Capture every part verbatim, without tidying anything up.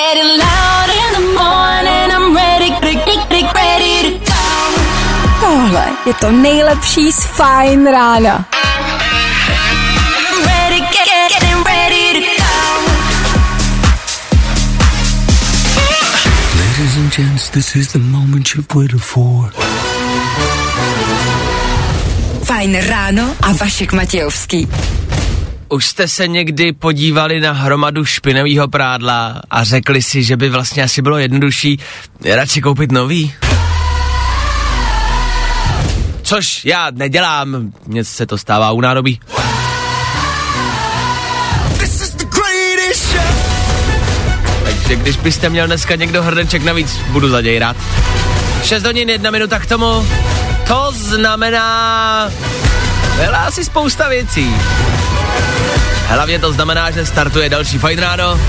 Tohle je to nejlepší z Fajn rána. Ladies and gents, this is the moment you've waited for. Fajn ráno a Vašek Matějovský. Už jste se někdy podívali na hromadu špinavého prádla a řekli si, že by vlastně asi bylo jednodušší radši koupit nový? Což já nedělám, mně se to stává u nádobí. Takže když byste měl dneska někdo hrneček navíc, budu za něj rád. šest hodin, jedna minuta k tomu. To znamená... Byla asi spousta věcí. Hlavně to znamená, že startuje další Fajn ráno.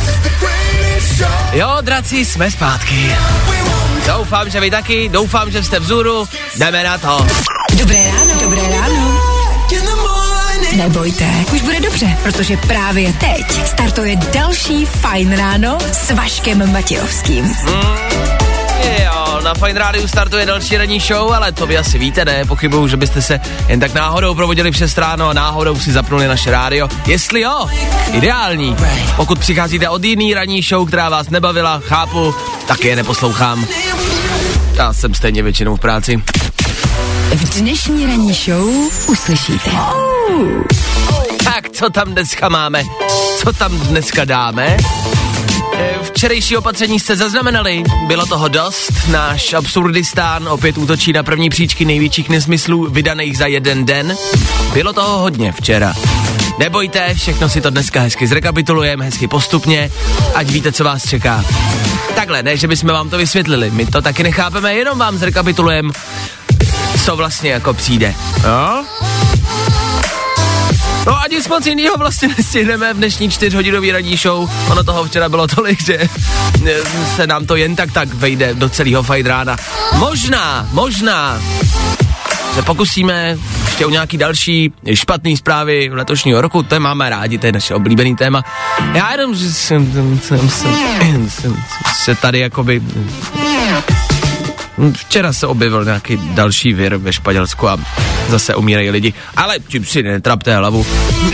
Jo, draci, jsme zpátky. Doufám, že vy taky, doufám, že jste vzhůru. Jdeme na to. Dobré ráno, dobré ráno. Nebojte, už bude dobře, protože právě teď startuje další Fajn ráno s Vaškem Matějovským. Mm, jo, na Fajn rádiu startuje další ranní show, ale to vy asi víte, ne? Pochybuju, že byste se jen tak náhodou provodili v šest ráno a náhodou si zapnuli naše rádio. Jestli jo, ideální. Pokud přicházíte od jiný ranní show, která vás nebavila, chápu, tak je neposlouchám. Já jsem stejně většinou v práci. V dnešní ranní show uslyšíte. Oh. Tak, co tam dneska máme? Co tam dneska dáme? Včerejší opatření jste zaznamenali, bylo toho dost, náš Absurdistán opět útočí na první příčky největších nesmyslů vydaných za jeden den. Bylo toho hodně včera. Nebojte, všechno si to dneska hezky zrekapitulujeme, hezky postupně, ať víte, co vás čeká. Takhle, ne, že bychom vám to vysvětlili, my to taky nechápeme, jenom vám zrekapitulujeme, co vlastně jako přijde. No? No a nic moc jinýho vlastně nestihneme v dnešní čtyřhodinový ranní show. Ono toho včera bylo tolik, že se nám to jen tak tak vejde do celého Fajn rána. Možná, možná se pokusíme ještě o nějaký další špatný zprávy letošního roku, to máme rádi, to je naše oblíbený téma. Já jenom, že jsem, jsem, jsem, jsem, jsem se tady jakoby... Včera se objevil nějaký další vir ve Španělsku a zase umírají lidi. Ale tím si netrapte hlavu.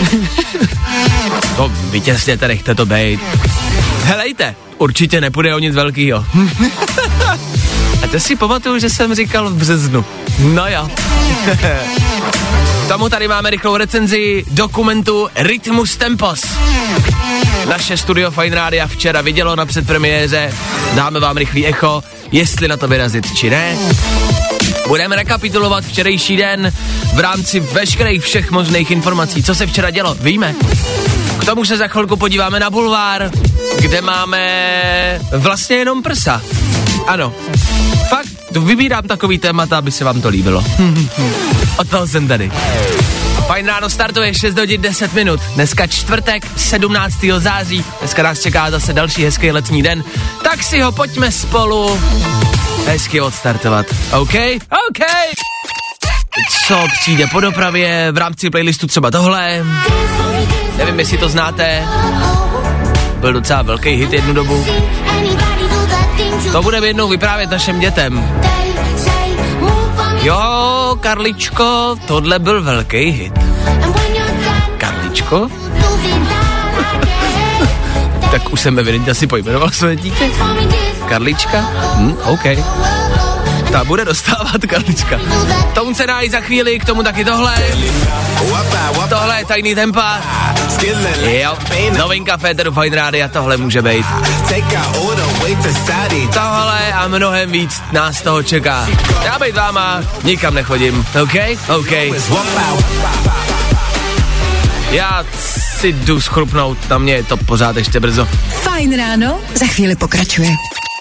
To vytěsněte, nechte to bejt. Helejte, určitě nepůjde o nic velkýho. A to si pamatuju, že jsem říkal v březnu. No jo. K tomu tady máme rychlou recenzi dokumentu Rytmus Tempos. Naše studio Fajn rádia včera vidělo na předpremiéře. Dáme vám rychlý echo, jestli na to vyrazit či ne. Budeme rekapitulovat včerejší den v rámci veškerých všech možných informací, co se včera dělo, víme. K tomu se za chvilku podíváme na bulvár, kde máme vlastně jenom prsa. Ano, fakt, vybírám takový témata, aby se vám to líbilo. Od toho jsem tady. Fajn ráno startuje šest hodin deset minut. Dneska čtvrtek, sedmnáctého září. Dneska nás čeká zase další hezký letní den. Tak si ho pojďme spolu hezky odstartovat. OK? OK! Co přijde po dopravě v rámci playlistu třeba tohle? Nevím, jestli to znáte. Byl docela velký hit jednu dobu. To budeme jednou vyprávět našim dětem. Jo, Karličko, tohle byl velký hit. Karličko? Tak už jsem evidentně asi pojmenoval své dítě. Karlička? Hm, OK. Ta bude dostávat Karlička. Tomu se dá i za chvíli, k tomu taky tohle. Tohle je tajný tempa. Jo, novinka Féteru Fajn rádia, tohle může být. Tohle a mnohem víc nás toho čeká. Já bejt váma, nikam nechodím, OK? OK. Já si jdu schrupnout, na mě je to pořád ještě brzo. Fajn ráno, za chvíli pokračuje.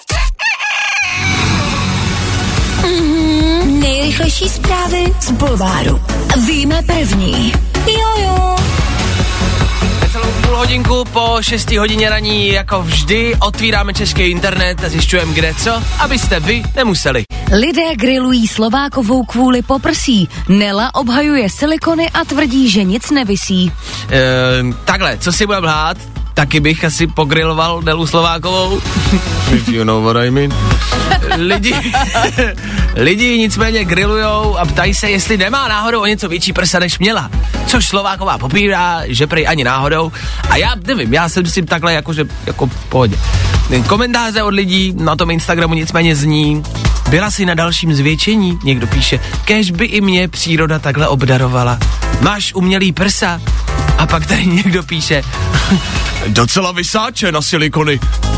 Mm-hmm, nejrychlejší zprávy z bulváru. Víme první. Jojo. Celou půl hodinku po šestý hodině raní, jako vždy, otvíráme český internet a zjišťujeme kde co, abyste vy nemuseli. Lidé grilují Slovákovou kvůli poprsí. Nela obhajuje silikony a tvrdí, že nic nevisí. E, takhle, co si budeme lhát? taky bych asi pogriloval Nelu Slovákovou. If you know what I mean. Lidi, lidi nicméně grillujou a ptají se, jestli nemá náhodou o něco větší prsa, než měla. Což Slováková popírá, že prej ani náhodou. A já nevím, já jsem s tím takhle jakože, jako v pohodě. Komentáře od lidí na tom Instagramu nicméně zní: byla si na dalším zvětšení? Někdo píše: kéž by i mě příroda takhle obdarovala. Máš umělý prsa? A pak tady někdo píše: docela vysáče na silikony.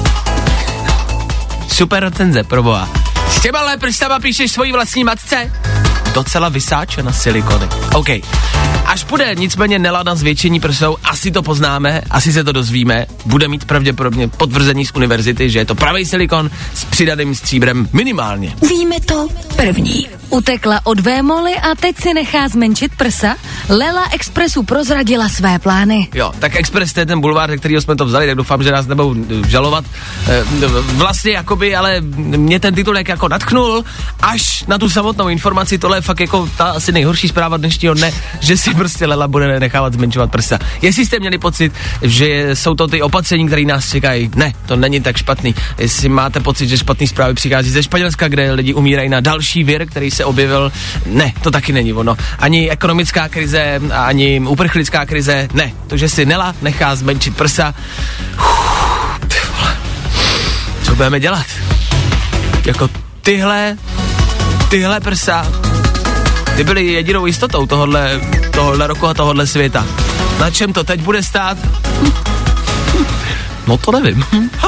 Super recenze, proboha. S těma prstama píšeš svojí vlastní matce? Docela vysáče na silikony. OK. Až půjde nicméně Nela na zvětšení prsou, asi to poznáme, asi se to dozvíme. Bude mít pravděpodobně potvrzení z univerzity, že je to pravý silikon s přidaným stříbrem minimálně. Víme to první. Utekla od vémoly a teď si nechá zmenšit prsa? Lela Expressu prozradila své plány. Jo, tak Express, to je ten bulvár, ze kterého jsme to vzali, tak doufám, že nás nebudou žalovat. Vlastně jakoby, ale mě ten titulek jako nadchnul, až na tu samotnou informaci. Tohle je fakt jako ta asi nejhorší zpráva dnešního dne, že si prostě Lela bude nechávat zmenšovat prsa. Jestli jste měli pocit, že jsou to ty opatření, které nás čekají, ne, to není tak špatný. Jestli máte pocit, že špatný zprávy přichází ze Španělska, kde lidi umírají na další vir, který se objevil, ne, to taky není ono. Ani ekonomická krize, ani uprchlická krize, ne. To, že si Nela nechá zmenšit prsa, uf, ty vole, co budeme dělat? Jako tyhle, tyhle prsa, ty byly jedinou jistotou tohodle, tohodle roku a tohodle světa. Na čem to teď bude stát? No to nevím.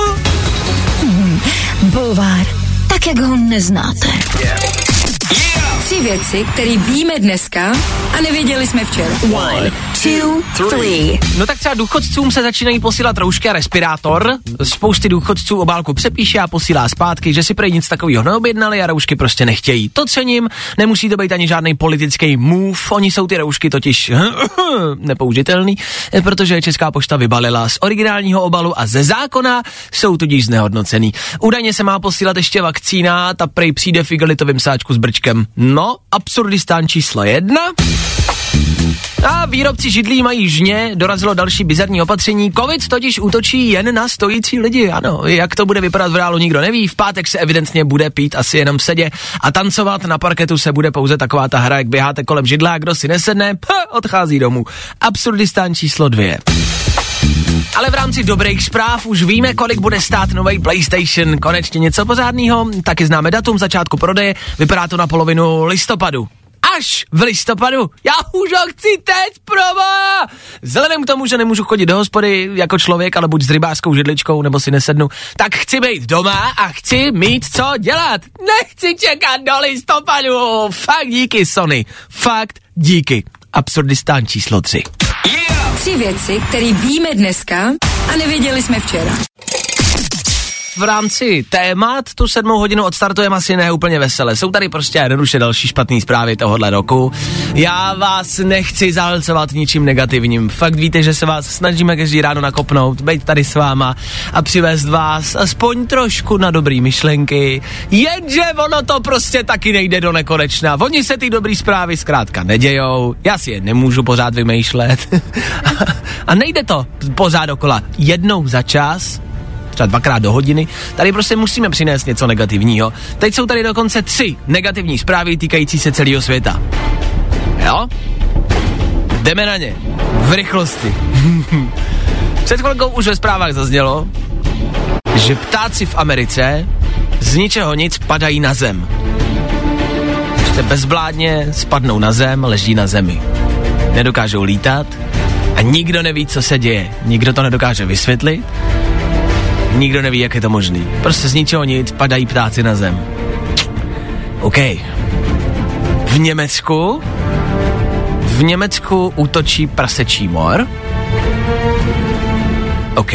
Bulvár, tak jak ho neznáte. Yeah. Tři věci, které víme dneska a nevěděli jsme včera. One, two, three. No tak třeba důchodcům se začínají posílat roušky a respirátor. Spousty důchodců obálku přepíše a posílá zpátky, že si prej nic takového neobjednali a roušky prostě nechtějí. To cením, nemusí to být ani žádný politický move, oni jsou ty roušky totiž nepoužitelný, protože Česká pošta vybalila z originálního obalu a ze zákona jsou tudíž znehodnocený. Údajně se má posílat ještě vakcína, ta prej přijde v igelitovém sáčku s brčkem. No, Absurdistán číslo jedna. A výrobci židlí mají žně, dorazilo další bizarní opatření. Covid totiž útočí jen na stojící lidi, ano. Jak to bude vypadat v reálu, nikdo neví. V pátek se evidentně bude pít asi jenom v sedě a tancovat na parketu se bude pouze taková ta hra, jak běháte kolem židla a kdo si nesedne, ph, odchází domů. Absurdistán číslo dvě. Ale v rámci dobrých zpráv už víme, kolik bude stát nový PlayStation. Konečně něco pořádného, taky známe datum začátku prodeje, vypadá to na polovinu listopadu. Až v listopadu, já už ho chci teď, proba! Vzhledem k tomu, že nemůžu chodit do hospody jako člověk, ale buď s rybářskou židličkou, nebo si nesednu, tak chci být doma a chci mít co dělat. Nechci čekat do listopadu. Fakt díky, Sony. Fakt díky. Absurdistán číslo tři. Yeah! Tři věci, které víme dneska a nevěděli jsme včera. V rámci témat tu sedmou hodinu odstartujeme asi ne úplně vesele. Jsou tady prostě jednoduše další špatný zprávy tohohle roku. Já vás nechci zahlcovat ničím negativním. Fakt víte, že se vás snažíme každý ráno nakopnout, být tady s váma a přivést vás aspoň trošku na dobrý myšlenky. Jenže ono to prostě taky nejde do nekonečna. Oni se ty dobrý zprávy zkrátka nedějou. Já si je nemůžu pořád vymýšlet. A nejde to pořád dokola. Jednou za čas, třeba dvakrát do hodiny, tady prostě musíme přinést něco negativního. Teď jsou tady dokonce tři negativní zprávy týkající se celého světa. Jo? Jdeme na ně. V rychlosti. Před chvilkou už ve zprávách zaznělo, že ptáci v Americe z ničeho nic padají na zem. Prostě bezvládně spadnou na zem, leží na zemi. Nedokážou lítat a nikdo neví, co se děje. Nikdo to nedokáže vysvětlit. Nikdo neví, jak je to možný. Prostě z ničeho nic padají ptáci na zem. OK. V Německu v Německu útočí prasečí mor. OK.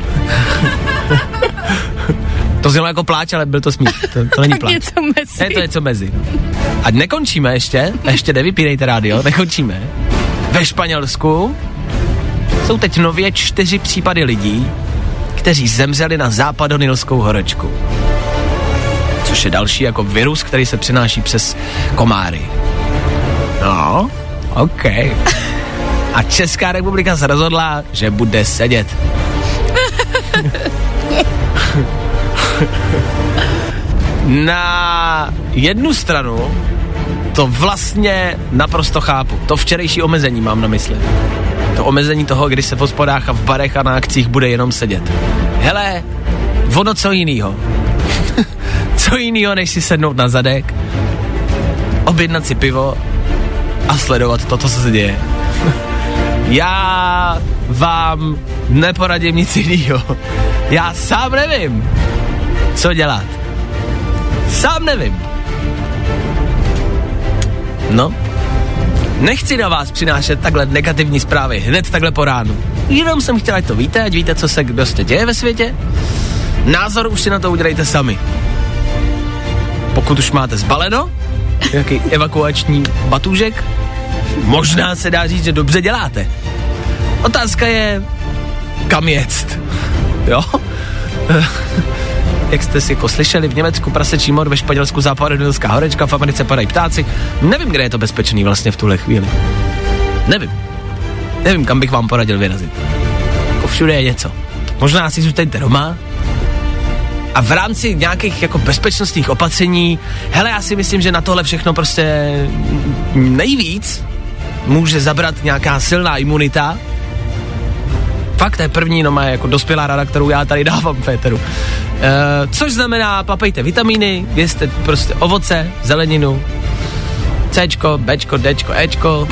To znělo jako pláč, ale byl to smích. To, to není pláč. Něco mezi. Ne, to je něco mezi. A nekončíme ještě, ještě nevypínejte rádio, nekončíme. Ve Španělsku jsou teď nově čtyři případy lidí, kteří zemřeli na západonilskou horečku. Což je další jako virus, který se přenáší přes komáry. No, OK. A Česká republika se rozhodla, že bude sedět. Na jednu stranu to vlastně naprosto chápu. To včerejší omezení mám na mysli. To omezení toho, kdy se v hospodách a v barech a na akcích bude jenom sedět. Hele, ono co jinýho. Co jinýho, než si sednout na zadek, objednat si pivo a sledovat to, co se děje. Já vám neporadím nic jinýho. Já sám nevím, co dělat. Sám nevím. No, nechci na vás přinášet takhle negativní zprávy hned takhle po ránu. Jenom jsem chtěla, ať to víte, ať víte, co se prostě děje ve světě. Názor už si na to udělejte sami. Pokud už máte zbaleno, nějaký evakuační batůžek, možná se dá říct, že dobře děláte. Otázka je, kam jet. Jo? Jak jste si jako slyšeli, v Německu prasečí mor, ve Španělsku západonilská horečka, v Americe padají ptáci. Nevím, kde je to bezpečný vlastně v tuhle chvíli. Nevím. Nevím, kam bych vám poradil vyrazit. Jako všude je něco. Možná si zůstaňte doma a v rámci nějakých jako bezpečnostních opatření, hele, já si myslím, že na tohle všechno prostě nejvíc může zabrat nějaká silná imunita. Fakt, to je první, no má jako dospělá rada, kterou já tady dávám Péteru. E, což znamená, papejte vitamíny, jeste prostě ovoce, zeleninu, Cčko, Bčko, Dčko, Ečko,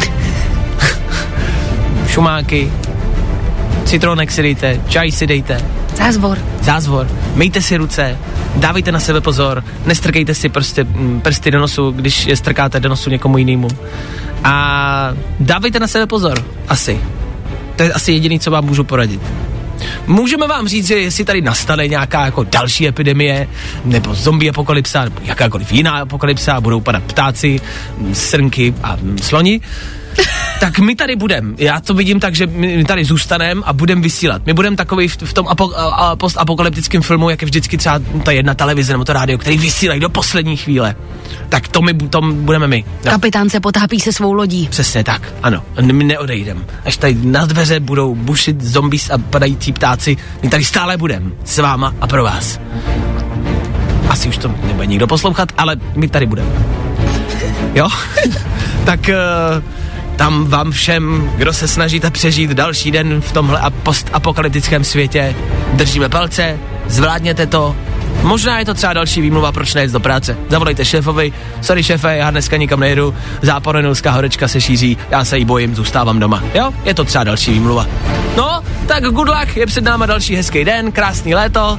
šumáky, citronek si dejte, čaj si dejte. Zázvor. Zázvor. Myjte si ruce, dávejte na sebe pozor, nestrkejte si prostě prsty do nosu, když je strkáte do nosu někomu jinému. A dávejte na sebe pozor, asi. To je asi jediný, co vám můžu poradit. Můžeme vám říct, že jestli tady nastane nějaká jako další epidemie, nebo zombie apokalypsa, nebo jakákoliv jiná apokalypsa, budou padat ptáci, srnky a sloni, tak my tady budeme. Já to vidím tak, že my tady zůstaneme a budeme vysílat. My budeme takový v, v tom apo, a, postapokalyptickém filmu, jak je vždycky třeba ta jedna televize nebo to rádio, který vysílají do poslední chvíle. Tak to my to budeme my. No. Kapitán se potápí se svou lodí. Přesně tak, ano. My neodejdeme. Až tady na dveře budou bušit zombies a padající ptáci, my tady stále budeme. S váma a pro vás. Asi už to nebude nikdo poslouchat, ale my tady budeme. Jo? Tak... Uh, tam vám všem, kdo se snažíte přežít další den v tomhle postapokalyptickém světě, držíme palce, zvládněte to. Možná je to třeba další výmluva, proč nejít do práce. Zavolejte šéfovi, sorry šéfe, já dneska nikam nejedu, západonilská horečka se šíří, já se jí bojím, zůstávám doma. Jo, je to třeba další výmluva. No, tak good luck, je před náma další hezký den, krásný léto.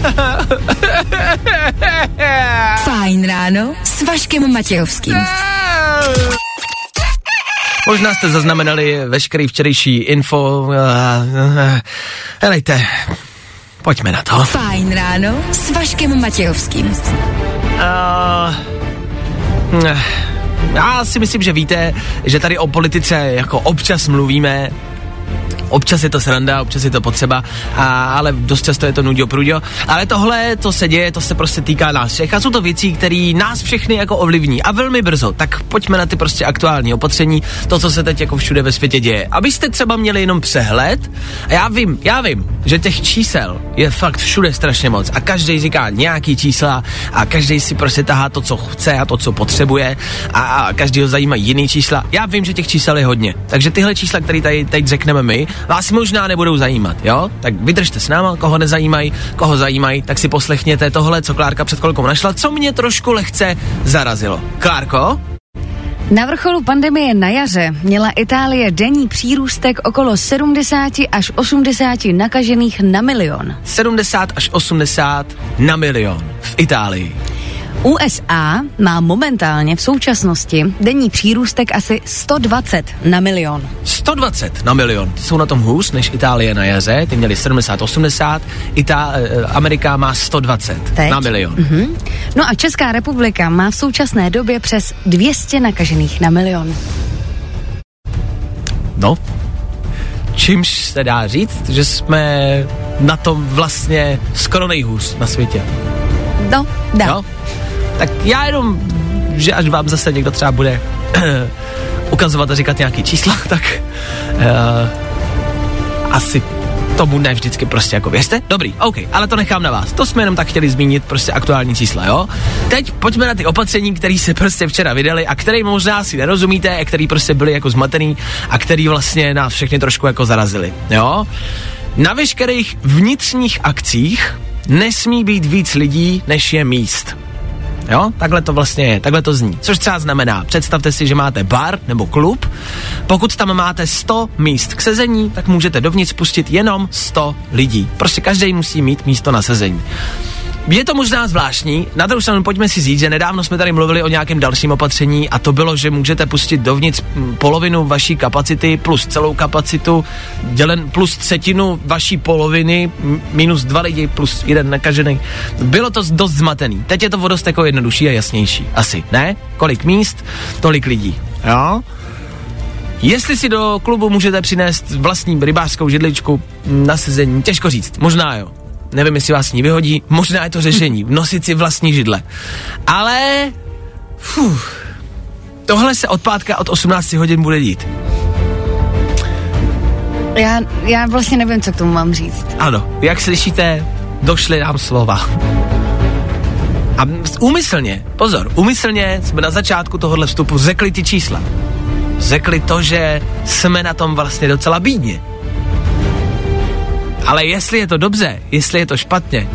Fajn ráno s Vaškem Matějovským. Možná jste zaznamenali veškerý včerejší info. Helejte, pojďme na to. Fajn ráno s Vaškem Matějovským. Uh, já si myslím, že víte, že tady o politice jako občas mluvíme. Občas je to sranda, občas je to potřeba, a, ale dost často je to nudio prudio. Ale tohle, to se děje, to se prostě týká nás všech a jsou to věci, které nás všechny jako ovlivní a velmi brzo. Tak pojďme na ty prostě aktuální opatření, to, co se teď jako všude ve světě děje. Abyste třeba měli jenom přehled, a já vím, já vím, že těch čísel je fakt všude strašně moc a každý říká nějaký čísla a každý si prostě tahá to, co chce a to, co potřebuje a, a každý ho zajímají jiný čísla. Já vím, že těch čísel je hodně, takže tyhle čísla, které tady teď řekneme my, vás možná nebudou zajímat, jo? Tak vydržte s náma, koho nezajímají, koho zajímají, tak si poslechněte tohle, co Klárka před chvilkou našla, co mě trošku lehce zarazilo. Klárko? Na vrcholu pandemie na jaře měla Itálie denní přírůstek okolo sedmdesát až osmdesát nakažených na milion. sedmdesát až osmdesát na milion v Itálii. U S A má momentálně v současnosti denní přírůstek asi sto dvacet na milion. sto dvacet na milion. Ty jsou na tom hůř než Itálie na jaře, ty měli sedmdesát osmdesát, Itá- Amerika má sto dvacet Teď? na milion. Mm-hmm. No a Česká republika má v současné době přes dvě stě nakažených na milion. No, čímž se dá říct, že jsme na tom vlastně skoro nejhůř na světě. No, dá. Jo? Tak já jenom, že až vám zase někdo třeba bude ukazovat a říkat nějaký čísla, tak uh, asi tomu ne vždycky prostě jako věřte. Dobrý, OK, ale to nechám na vás. To jsme jenom tak chtěli zmínit prostě aktuální čísla, jo? Teď pojďme na ty opatření, které se prostě včera vydali a které možná si nerozumíte, a které prostě byly jako zmatený a které vlastně nás všechny trošku jako zarazili, jo? Na veškerých vnitřních akcích nesmí být víc lidí, než je míst. Jo, takhle to vlastně je, takhle to zní. Což třeba znamená, představte si, že máte bar nebo klub, pokud tam máte sto míst k sezení, tak můžete dovnitř pustit jenom sto lidí. Prostě každý musí mít místo na sezení. Je to možná zvláštní, na druhou stranu pojďme si říct, že nedávno jsme tady mluvili o nějakém dalším opatření a to bylo, že můžete pustit dovnitř polovinu vaší kapacity plus celou kapacitu, dělen plus třetinu vaší poloviny, minus dva lidi plus jeden nakažený. Bylo to dost zmatený. Teď je to dost jako jednodušší a jasnější. Asi, ne? Kolik míst, tolik lidí. Jo? Jestli si do klubu můžete přinést vlastní rybářskou židličku na sezení, těžko říct, možná jo. Nevím, jestli vás ní vyhodí, možná je to řešení, nosit si vlastní židle. Ale, fuh, tohle se od pátka od osmnácti hodin bude dít. Já, já vlastně nevím, co k tomu mám říct. Ano, jak slyšíte, došly nám slova. A úmyslně, pozor, úmyslně jsme na začátku tohohle vstupu řekli ty čísla. Řekli to, že jsme na tom vlastně docela bídně. Ale jestli je to dobře, jestli je to špatně,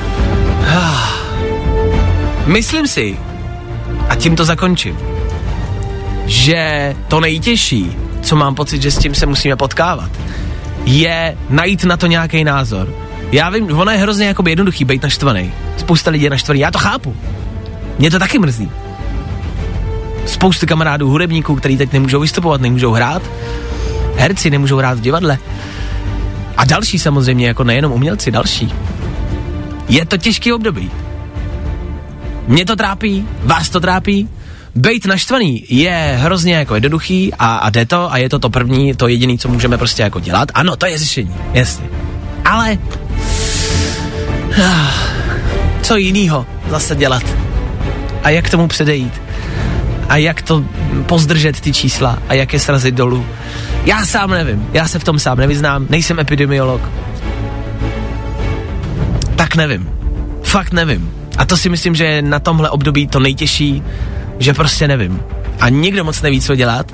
myslím si, a tím to zakončím, že to nejtěžší, co mám pocit, že s tím se musíme potkávat, je najít na to nějaký názor. Já vím, ono je hrozně jakoby jednoduchý být naštvaný. Spousta lidí je naštvaný, já to chápu. Mě to taky mrzí. Spoustu kamarádů, hudebníků, kteří teď nemůžou vystupovat, nemůžou hrát. Herci nemůžou hrát v divadle. A další samozřejmě, jako nejenom umělci, další. Je to těžký období. Mě to trápí, vás to trápí. Bejt naštvaný je hrozně jako jednoduchý a, a jde to a je to to první, to jediné, co můžeme prostě jako dělat. Ano, to je řešení, jasně. Ale co jinýho zase dělat? A jak tomu předejít? A jak to pozdržet ty čísla? A jak je srazit dolů? Já sám nevím, já se v tom sám nevyznám, nejsem epidemiolog. Tak nevím, fakt nevím. A to si myslím, že je na tomhle období to nejtěžší, že prostě nevím. A nikdo moc neví, co dělat.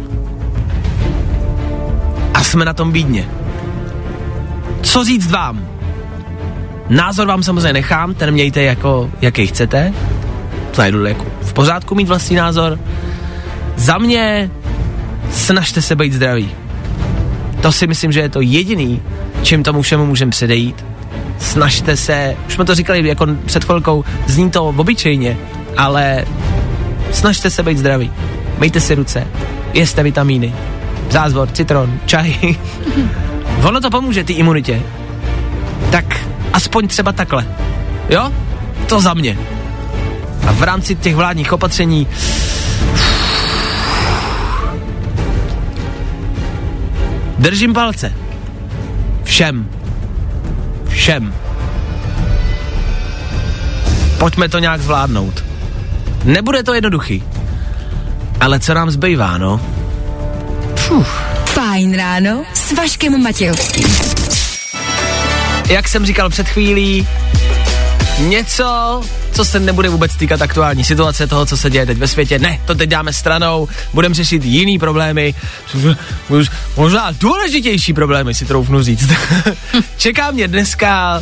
A jsme na tom bídně. Co říct vám? Názor vám samozřejmě nechám, ten mějte jako, jaký chcete. To je jako v pořádku mít vlastní názor. Za mě snažte se být zdraví. To si myslím, že je to jediný, čím tomu všemu můžeme předejít. Snažte se, už jsme to říkali jako před chvilkou, zní to obyčejně, ale snažte se být zdraví. Mejte si ruce, jeste vitamíny, zázvor, citron, čaj. Ono to pomůže ty imunitě. Tak aspoň třeba takhle. Jo? To za mě. A v rámci těch vládních opatření držím palce. Všem. Všem. Pojďme to nějak zvládnout. Nebude to jednoduchý. Ale co nám zbývá, no? Fuh. Fajn ráno s Vaškem Matějovským. Jak jsem říkal před chvílí, něco, co se nebude vůbec týkat aktuální situace, toho, co se děje teď ve světě. Ne, to teď dáme stranou, budeme řešit jiný problémy, možná důležitější problémy, si troufnu říct. Čeká mě dneska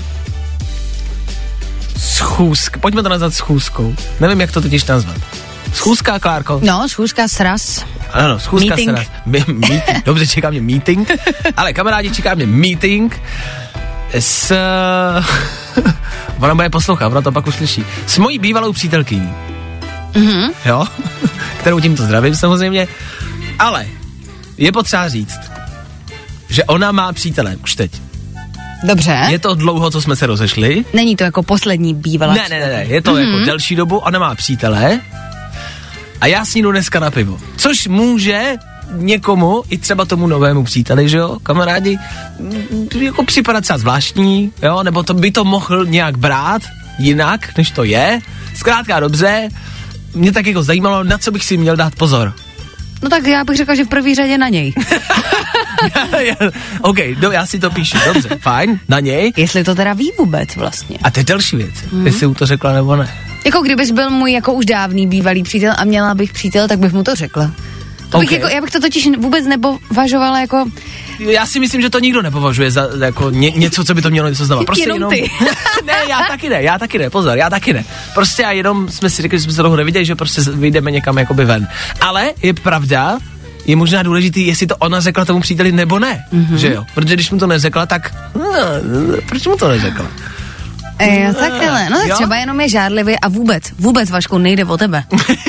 schůzka, pojďme to nazvat schůzkou. Nevím, jak to totiž nazvat. Schůzka, Klárko? No, schůzka sraz. Ano, schůzka meeting. sraz. Meeting. Dobře, čeká mě meeting. Ale kamarádi, čeká mě meeting s... Ona bude poslouchat, ona to pak uslyší. S mojí bývalou přítelkyní. Mhm. Jo? Kterou tímto zdravím samozřejmě. Ale je potřeba říct, že ona má přítele už teď. Dobře. Je to dlouho, co jsme se rozešli. Není to jako poslední bývalá. Ne, ne, ne, ne, je to mm-hmm. jako delší dobu, ona má přítele a já s ní jdu dneska na pivo. Což může někomu, i třeba tomu novému příteli, že jo, kamarádi, jako připadat třeba zvláštní, jo, nebo to by to mohl nějak brát jinak, než to je. Zkrátka dobře, mě tak jako zajímalo, na co bych si měl dát pozor. No tak já bych řekla, že v první řadě na něj. OK, do, já si to píšu, dobře, fajn, na něj. Jestli to teda ví vůbec vlastně. A to je další věc, mm. jestli mu to řekla nebo ne. Jako kdybys byl můj jako už dávný bývalý přítel a měla bych přítel, tak bych mu to řekla. To bych okay. jako, já bych to totiž vůbec nepovažovala jako... Já si myslím, že to nikdo nepovažuje za jako ně, něco, co by to mělo něco znamenat. Prostě jenom, jenom ty. Ne, já taky ne, já taky ne, pozor, já taky ne. Prostě a jenom jsme si řekli, že jsme se toho neviděli, že prostě vyjdeme někam jakoby ven. Ale je pravda, je možná důležitý, jestli to ona řekla tomu příteli nebo ne, mm-hmm. že jo? Protože když mu to neřekla, tak no, proč mu to neřekla? E, takhle, no tak jo? Třeba jenom je žárlivý a vůbec, vůbec, Vašku, nejde o tebe.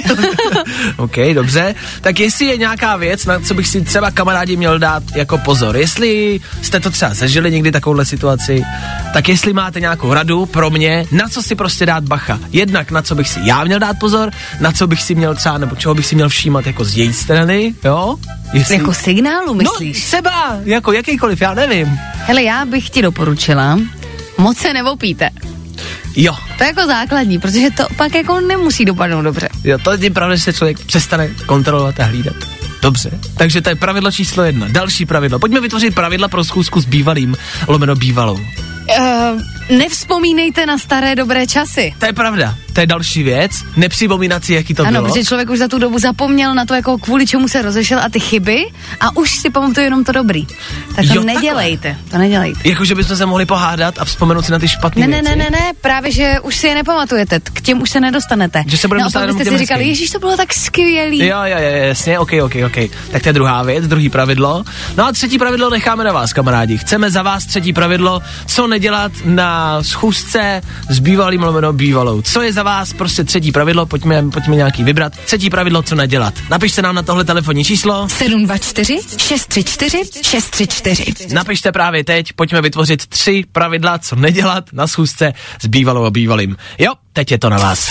OK, dobře. Tak jestli je nějaká věc, na co bych si třeba kamarádi měl dát jako pozor, jestli jste to třeba zažili někdy takovouhle situaci, tak jestli máte nějakou radu pro mě, na co si prostě dát bacha. Jednak na co bych si já měl dát pozor, na co bych si měl třeba, nebo čeho bych si měl všímat jako z její strany, jo? Jestli... Jako signálu, myslíš? No, třeba, jako jakýkoliv, já nevím. Hele, já bych ti doporučila, moc se neopíte. Jo. To je jako základní, protože to pak jako nemusí dopadnout dobře. Jo, to je pravda, že se člověk přestane kontrolovat a hlídat. Dobře, takže to je pravidlo číslo jedna. Další pravidlo. Pojďme vytvořit pravidla pro schůzku s bývalým, lomeno bývalou. Uh, nevzpomínejte na staré dobré časy. To je pravda. To je další věc. Nepřipomínat si, jaký to ano, bylo. Ano, protože člověk už za tu dobu zapomněl na to, jako kvůli čemu se rozešel a ty chyby a už si pamatuje jenom to dobrý. Tak to jo, nedělejte. Takhle. To nedělejte. Jako, že bychom se mohli pohádat a vzpomenout si na ty špatné ne, věci. Ne, ne, ne, ne, právě, že už si je nepamatujete. K těm už se nedostanete. Že se budeme dostat jenom k těm jste si říkali, ježíš, to bylo tak skvělý. Jo, jo, jo, jasně, ok, ok, ok. Tak to je druhá věc, druhý pravidlo. No a třetí pravidlo necháme na vás, kamarádi. Chceme za vás třetí pravidlo, co nedělat na schůzce s bývalým lomeno bývalou. Co je za vás prostě třetí pravidlo, pojďme, pojďme nějaký vybrat. Třetí pravidlo, co nedělat. Napište nám na tohle telefonní číslo sedm dva čtyři šest tři čtyři šest tři čtyři. Napište právě teď, pojďme vytvořit tři pravidla, co nedělat na schůzce s bývalou a bývalým. Jo, teď je to na vás.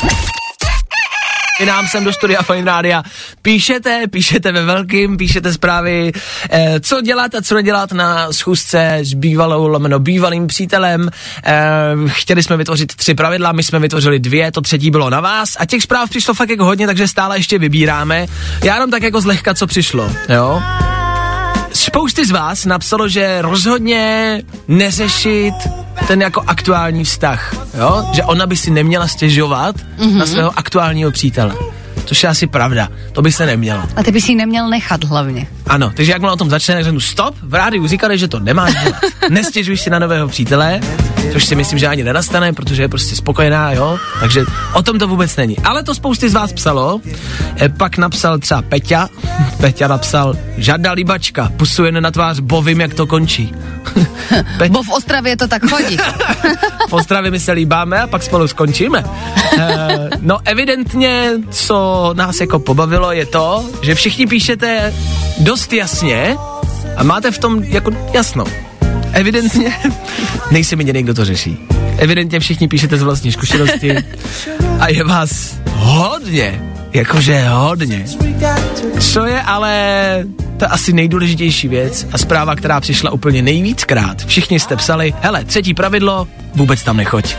Vy nám sem do studia Fajn Rádia píšete, píšete ve velkým, píšete zprávy, eh, co dělat a co nedělat na schůzce s bývalou lomeno bývalým přítelem. Eh, chtěli jsme vytvořit tři pravidla, my jsme vytvořili dvě, to třetí bylo na vás a těch zpráv přišlo fakt jako hodně, takže stále ještě vybíráme. Já jenom tak jako zlehka, co přišlo, jo. Spousty z vás napsalo, že rozhodně neřešit ten jako aktuální vztah, jo? Že ona by si neměla stěžovat mm-hmm. na svého aktuálního přítele. Což je asi pravda, to by se nemělo. A ty by si ji neměl nechat hlavně. Ano, takže jakmile o tom začne, tak řeknu stop, v rádiu říkali, že to nemáš dělat. Nestěžuj si na nového přítele, což si myslím, že ani nenastane, protože je prostě spokojená, jo? Takže o tom to vůbec není. Ale to spousty z vás psalo, e, pak napsal třeba Peťa, Peťa napsal, žádná líbačka, pusu jen na tvář, bo vím, jak to končí. Pe- bo v Ostravě to tak chodí. V Ostravě my se líbáme a pak spolu skončíme. E, no evidentně, co nás jako pobavilo, je to, že všichni píšete dost jasně a máte v tom jako jasno. Evidentně nejsem jediný, kdo to řeší. Evidentně všichni píšete z vlastní zkušenosti a je vás hodně, jakože hodně. Co je ale ta asi nejdůležitější věc a zpráva, která přišla úplně nejvíckrát. Všichni jste psali, hele, třetí pravidlo, vůbec tam nechoď.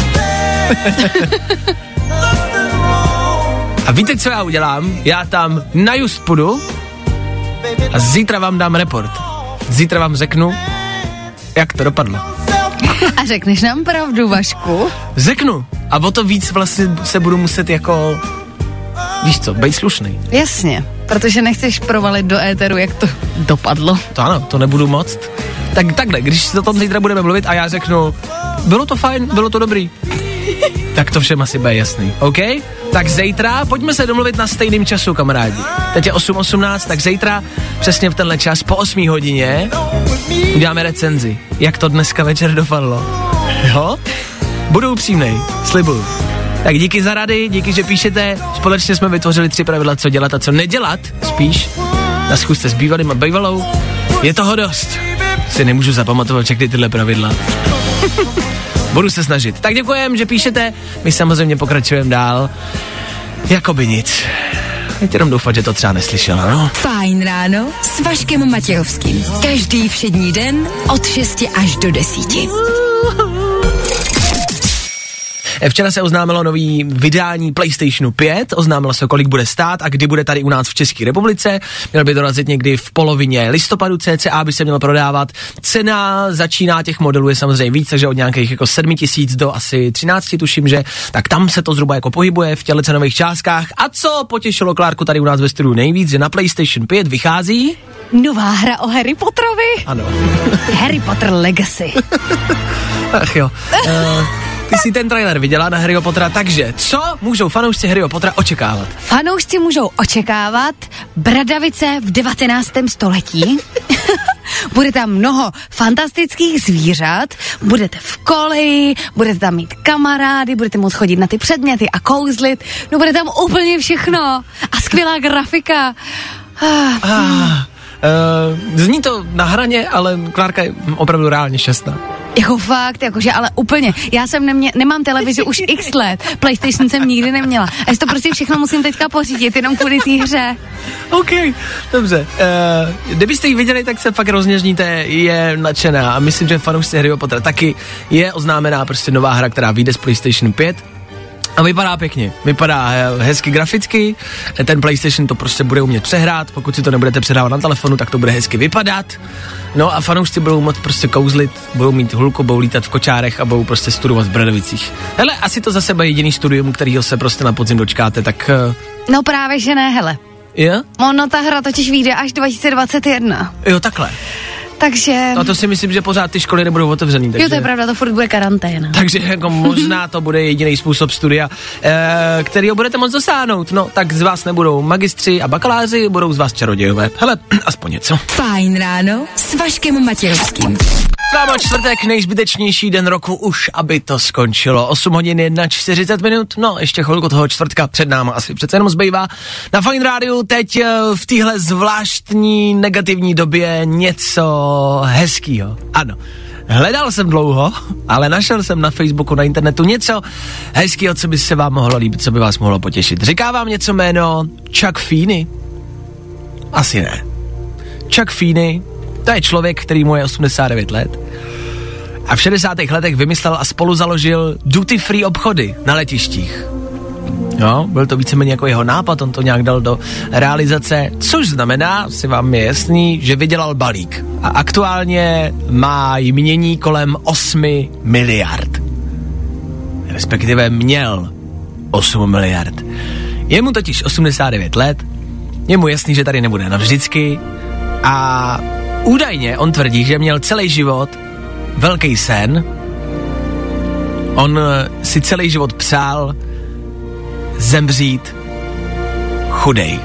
A víte, co já udělám? Já tam na just půjdu a zítra vám dám report. Zítra vám řeknu, jak to dopadlo. A řekneš nám pravdu, Vašku? Řeknu. A o to víc vlastně se budu muset jako, víš co, být slušný. Jasně, protože nechceš provalit do éteru, jak to dopadlo. To ano, to nebudu moct. Tak takhle, když se o tom zítra budeme mluvit a já řeknu, bylo to fajn, bylo to dobrý, tak to všem asi bude jasný, OK? Tak zítra, pojďme se domluvit na stejným času, kamarádi. Teď je osm osmnáct, tak zítra, přesně v tenhle čas, po osmé hodině, uděláme recenzi, jak to dneska večer dopadlo. Jo? Budu upřímnej, slibuju. Tak díky za rady, díky, že píšete. Společně jsme vytvořili tři pravidla, co dělat a co nedělat, spíš, na schůzce s bývalým a bývalou. Je toho dost. Si nemůžu zapamatovat všechny tyhle pravidla. Budu se snažit. Tak děkujem, že píšete. My samozřejmě pokračujeme dál. Jakoby nic. Teď jenom doufat, že to třeba neslyšela, no? Fajn ráno s Vaškem Matějovským. Každý všední den od šesti až do desíti. Včera se oznámilo nový vydání PlayStationu pět, oznámilo se, kolik bude stát a kdy bude tady u nás v České republice. Měl by dorazit někdy v polovině listopadu, cca by se mělo prodávat. Cena začíná těch modelů je samozřejmě víc, takže od nějakých jako sedm tisíc do asi třináct, tuším, že tak tam se to zhruba jako pohybuje v těchto cenových částkách. A co potěšilo Klárku tady u nás ve studiu nejvíc, že na PlayStation pět vychází nová hra o Harry Potterovi. Ano. Harry Potter Legacy. Ach jo. Uh, ty jsi ten trailer viděla na Harryho Pottera, takže co můžou fanoušci Harryho Pottera očekávat? Fanoušci můžou očekávat bradavice v devatenáctém století. Bude tam mnoho fantastických zvířat, budete v koleji, budete tam mít kamarády, budete moct chodit na ty předměty a kouzlit, no bude tam úplně všechno a skvělá grafika. Ah, ah, uh, zní to na hraně, ale Klárka je opravdu reálně šťastná. Jako fakt, jakože, ale úplně. Já jsem nemě, nemám televizi už x let, PlayStation jsem nikdy neměla. A já to prostě všechno musím teďka pořídit, jenom kvůli té hře. OK, dobře. Uh, kdybyste ji viděli, tak se fakt rozněžníte, je nadšená a myslím, že fanoušci Harryho Pottera taky je oznámená prostě nová hra, která vyjde z PlayStation pět. A vypadá pěkně, vypadá hezky graficky, ten PlayStation to prostě bude umět přehrát, pokud si to nebudete přehrávat na telefonu, tak to bude hezky vypadat. No a fanoušci budou moct prostě kouzlit, budou mít hulku, budou lítat v kočárech a budou prostě studovat v Bradovicích. Hele, asi to za sebe jediný studium, kterýho se prostě na podzim dočkáte, tak... No právě, že ne, hele. Jo? Ono, ta hra totiž vyjde až dva tisíce dvacet jedna. Jo, takhle. Takže... No to si myslím, že pořád ty školy nebudou otevřený. Takže... Jo, to je pravda, to furt bude karanténa. Takže jako možná to bude jediný způsob studia, e, kterýho budete moct dosáhnout. No, tak z vás nebudou magistři a bakaláři, budou z vás čarodějové. Hele, aspoň něco. Fajn ráno s Vaškem Matějovským. Sláma čtvrtek, nejzbytečnější den roku už, aby to skončilo. osm hodin čtyřicet minut, no ještě chvilku toho čtvrtka před náma asi přece jenom zbývá. Na Fajn rádiu teď v téhle zvláštní negativní době něco hezkýho. Ano, hledal jsem dlouho, ale našel jsem na Facebooku, na internetu něco hezkýho, co by se vám mohlo líbit, co by vás mohlo potěšit. Říká vám něco jméno Chuck Feeney? Asi ne. Chuck Feeney, to je člověk, který mu je osmdesát devět let a v šedesátých letech vymyslel a spolu založil duty free obchody na letištích. No, byl to víceméně jako jeho nápad, on to nějak dal do realizace, což znamená, si vám je jasný, že vydělal balík a aktuálně má jmění kolem osm miliard. Respektive měl osm miliard. Je mu totiž osmdesát devět let, je mu jasný, že tady nebude navždycky a údajně on tvrdí, že měl celý život velký sen. On si celý život přál zemřít chudej.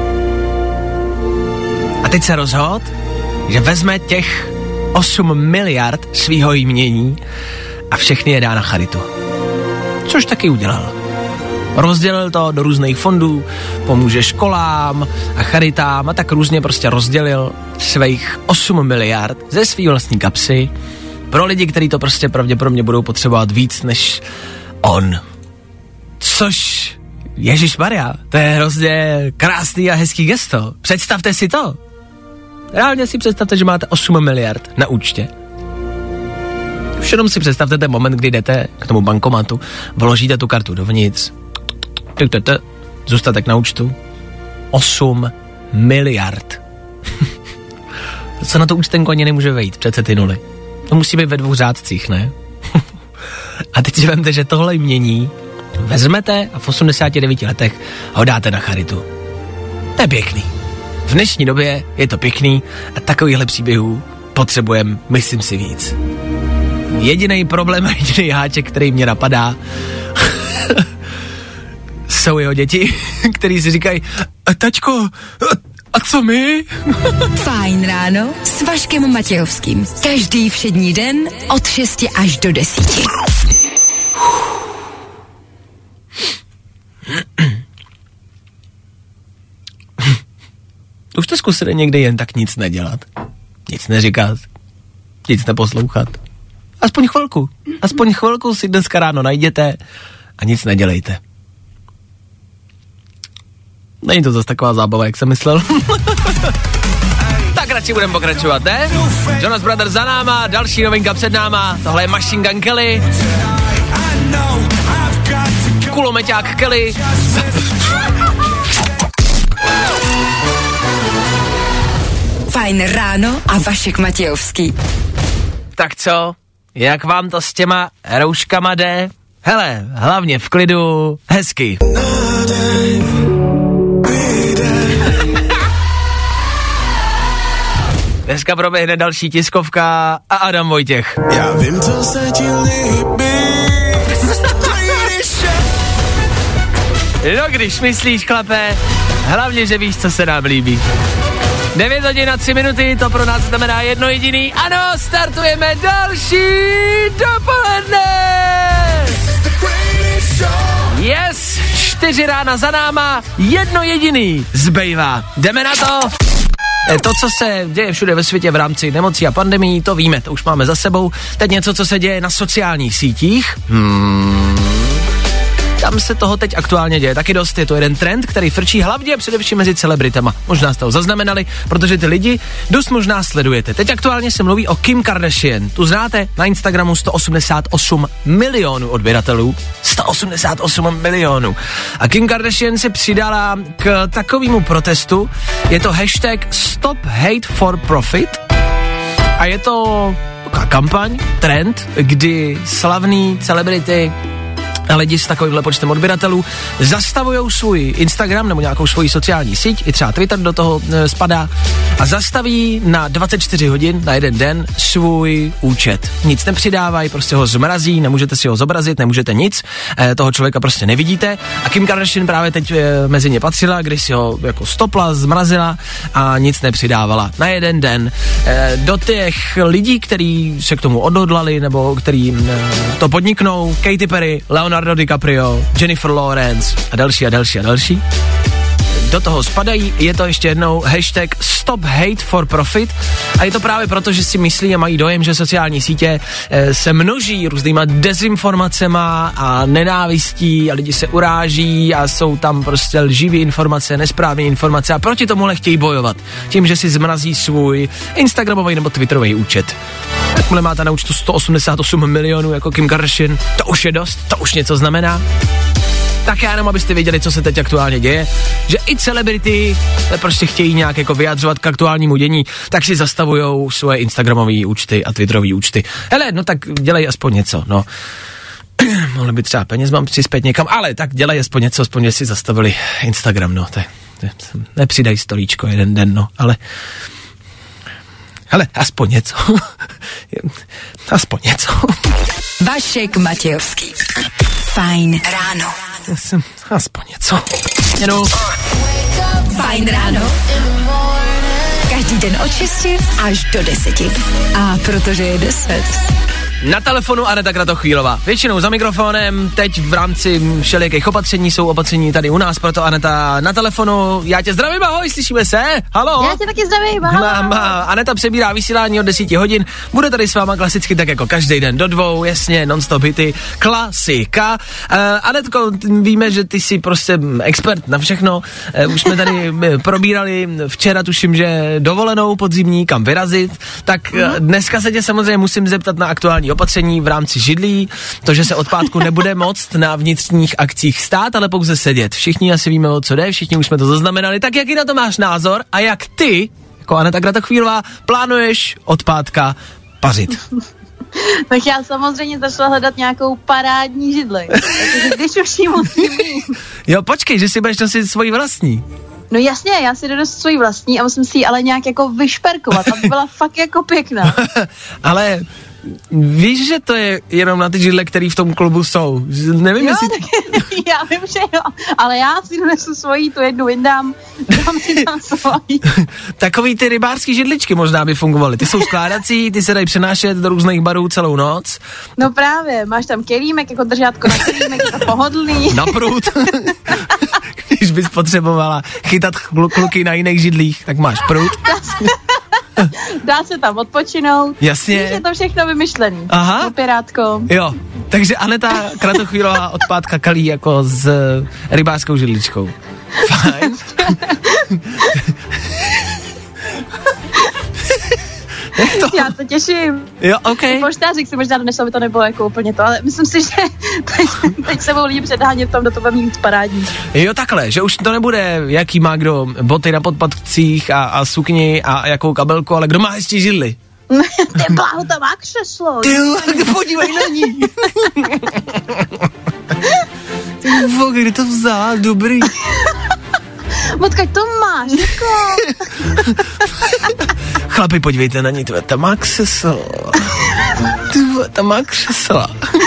A teď se rozhodl, že vezme těch osm miliard svýho jmění a všechny je dá na charitu. Což taky udělal. Rozdělil to do různých fondů, pomůže školám a charitám a tak různě prostě rozdělil svých osm miliard ze svý vlastní kapsy pro lidi, kteří to prostě pravděpodobně budou potřebovat víc než on. Což, ježišmarja, to je hrozně krásný a hezký gesto. Představte si to. Reálně si představte, že máte osm miliard na účtě. Už jenom si představte ten moment, kdy jdete k tomu bankomatu, vložíte tu kartu dovnitř, zůstatek na účtu, osm miliard. Co na to účtenku ani nemůže vejít, přece ty nuly. To musí být ve dvou řádcích, ne? A teď si vemte, že tohle jmění vezmete a v osmdesáti devíti letech ho dáte na charitu. To je pěkný. V dnešní době je to pěkný a takovýchhle příběhů potřebujeme, myslím si, víc. Jediný problém a jediný háček, který mě napadá, jsou jeho děti, který si říkají, tačko, a, a co my? Fajn ráno s Vaškem Matějovským. Každý všední den od šesti až do desíti. Už to zkusili někdy jen tak nic nedělat. Nic neříkat, nic neposlouchat. Aspoň chvilku, aspoň chvilku si dneska ráno najděte a nic nedělejte. Není to zase taková zábava, jak jsem myslel. Tak radši budeme pokračovat, ne? Jonas Brothers za náma, další novinka před náma, tohle je Machine Gun Kelly. kulomeťák Kelly. Fajn ráno a Vašek Matějovský. Tak co? Jak vám to s těma rouškama jde? Hele, hlavně v klidu, hezky. Dneska proběhne další tiskovka a Adam Vojtěch. Já vím, co se ti líbí. No když myslíš, chlape, hlavně, že víš, co se nám líbí. devět hodin a tři minuty, to pro nás znamená jedno jediný. Ano, startujeme další dopoledne. Yes, čtyři rána za náma, jedno jediný zbývá. Jdeme na to. To, co se děje všude ve světě v rámci nemocí a pandemií, to víme, to už máme za sebou. Teď něco, co se děje na sociálních sítích. Hmm. Tam se toho teď aktuálně děje taky dost, je to jeden trend, který frčí hlavně především mezi celebritama. Možná jste ho zaznamenali, protože ty lidi dost možná sledujete. Teď aktuálně se mluví o Kim Kardashian. Tu znáte, na Instagramu sto osmdesát osm milionů odběratelů. sto osmdesát osm milionů. A Kim Kardashian se přidala k takovému protestu. Je to hashtag Stop Hate for Profit. A je to taková kampaň, trend, kdy slavný celebrity lidi s takovýmhle počtem odběratelů zastavují svůj Instagram nebo nějakou svoji sociální síť, i třeba Twitter do toho e, spadá, a zastaví na dvacet čtyři hodin, na jeden den svůj účet. Nic nepřidávají, prostě ho zmrazí, nemůžete si ho zobrazit, nemůžete nic, e, toho člověka prostě nevidíte. A Kim Kardashian právě teď e, mezi ně patřila, když si ho jako stopla, zmrazila a nic nepřidávala. Na jeden den. E, do těch lidí, kteří se k tomu odhodlali, nebo kteří e, to podniknou, Katy Perry, Leonardo DiCaprio, Jennifer Lawrence a další a další a další. Do toho spadají, je to ještě jednou hashtag Stop Hate for Profit a je to právě proto, že si myslí a mají dojem, že sociální sítě e, se množí různýma dezinformacema a nenávistí a lidi se uráží a jsou tam prostě lživé informace, nesprávné informace a proti tomuhle chtějí bojovat. Tím, že si zmrazí svůj Instagramový nebo Twitterový účet. Jakmile máte na účtu sto osmdesát osm milionů jako Kim Kardashian, to už je dost, to už něco znamená. Tak já jenom, abyste věděli, co se teď aktuálně děje, že i celebrity prostě chtějí nějak jako vyjadřovat k aktuálnímu dění, tak si zastavujou svoje Instagramové účty a Twitterové účty. Hele, no tak dělej aspoň něco, no. Mohli by třeba peněz mám přispět někam, ale tak dělej aspoň něco, aspoň že si zastavili Instagram, no. Tak, nepřidaj stolíčko jeden den, no, ale... Hele, aspoň něco. Aspoň něco. Vašek Matějovský. Fajn ráno. Já jsem aspoň něco. Jenom. Fajn ráno. Každý den od šesti až do deseti. A protože je deset. Na telefonu Aneta Kratochvílová. Většinou za mikrofonem, teď v rámci všelijakých opatření jsou opatření tady u nás, proto Aneta na telefonu. Já tě zdravím, ahoj, slyšíme se? Haló? Já tě taky zdravím, ahoj. Máma, Aneta přebírá vysílání od deseti hodin, bude tady s váma klasicky tak jako každý den do dvou, jasně, non-stop hity, klasika. Uh, Anetko, víme, že ty jsi prostě expert na všechno, uh, už jsme tady probírali včera, tuším, že dovolenou podzimní, kam vyrazit, tak uh, dneska se tě samozřejmě musím zeptat na aktuální opatření v rámci židlí, to, že se od pátku nebude moct na vnitřních akcích stát, ale pouze sedět. Všichni asi víme, o co jde, všichni už jsme to zaznamenali, tak jaký na to máš názor a jak ty, jako Aneta Kratochvílová, plánuješ od pátka pařit? Tak já samozřejmě začala hledat nějakou parádní židli, protože když už ji musím mít. Jo, počkej, že si budeš nosit svoji vlastní. No jasně, já si jdu svoji vlastní a musím si ji ale nějak jako vyšperkovat, aby byla fakt jako pěkná. Ale víš, že to je jenom na ty židle, které v tom klubu jsou. Nevím, jo, jestli... tak, já vím, že jo, ale já si donesu svoji, tu jednu vyndám, dám si tam svoji. Takový ty rybářský židličky možná by fungovaly. Ty jsou skládací, ty se dají přenášet do různých barů celou noc. No právě, máš tam kelímek, jako držátko na kelímek, je to pohodlný. Na prut. Když bys potřebovala chytat kluky na jiných židlích, tak máš prut. Dá se tam odpočinout. Jasně. Víš, je to všechno vymyšlený. Aha. Opěrátko. Jo, takže Aneta Kratochvílová od pátka kalí jako s rybářskou židličkou. Fajn. to? Já se těším. Jo, OK. Poštářik si možná donesl, by to nebylo jako úplně to, ale myslím si, že teď, teď se budou lidi předhánět v tom, do toho bude mít parádní. Jo, takhle, že už to nebude, jaký má kdo boty na podpatcích a, a sukni a jakou kabelku, ale kdo má hezčí židli. Ty bláho, tam má křeslo. Ty podívej na ní. Ty vole, kde to vzala? Dobrý. Odkud to máš, jako? Chlapi, podívejte na ní, tve, tam má křeslo. Ty vole, tam má křesla.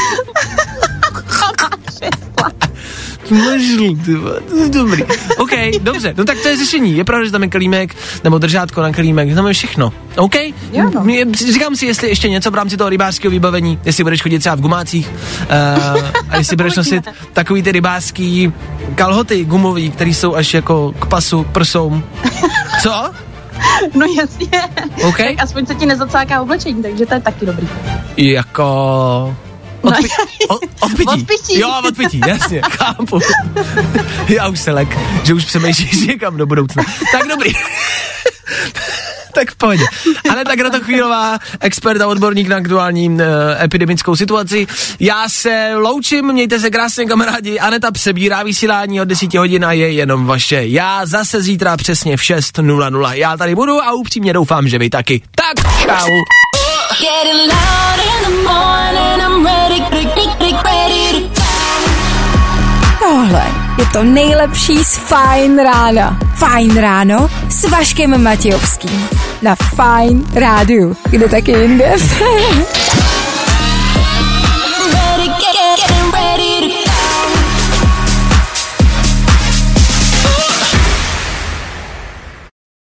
Mažlu, ty vole, to je dobrý. OK, dobře, no tak to je řešení. Je pravda, že tam je kelímek, nebo držátko na kelímek, tam je všechno. OK? Jo, no. Mě, říkám si, jestli ještě něco v rámci toho rybářského vybavení, jestli budeš chodit třeba v gumácích, uh, a jestli budeš nosit takový ty rybářský kalhoty gumový, který jsou až jako k pasu, k prsům. Co? No jasně. OK? Tak aspoň se ti nezacáká oblečení, takže to je taky dobrý. Jako... Odpi- no, o, odpití. Odpití. Jo, odpití, jasně, chápu. Já už se lek, že už přemýšlíš někam do budoucna. Tak dobrý. Tak v pohodě. Aneta Kratochvílová, expert a odborník na aktuální uh, epidemickou situaci. Já se loučím, mějte se krásně, kamarádi. Aneta přebírá vysílání od deseti hodin a je jenom vaše. Já zase zítra přesně v šest nula nula. Já tady budu a upřímně doufám, že vy taky. Tak čau. Tohle je to nejlepší z Fajn rána. Fajn ráno s Vaškem Matějovským. Na Fajn rádiu. Kde taky jinde?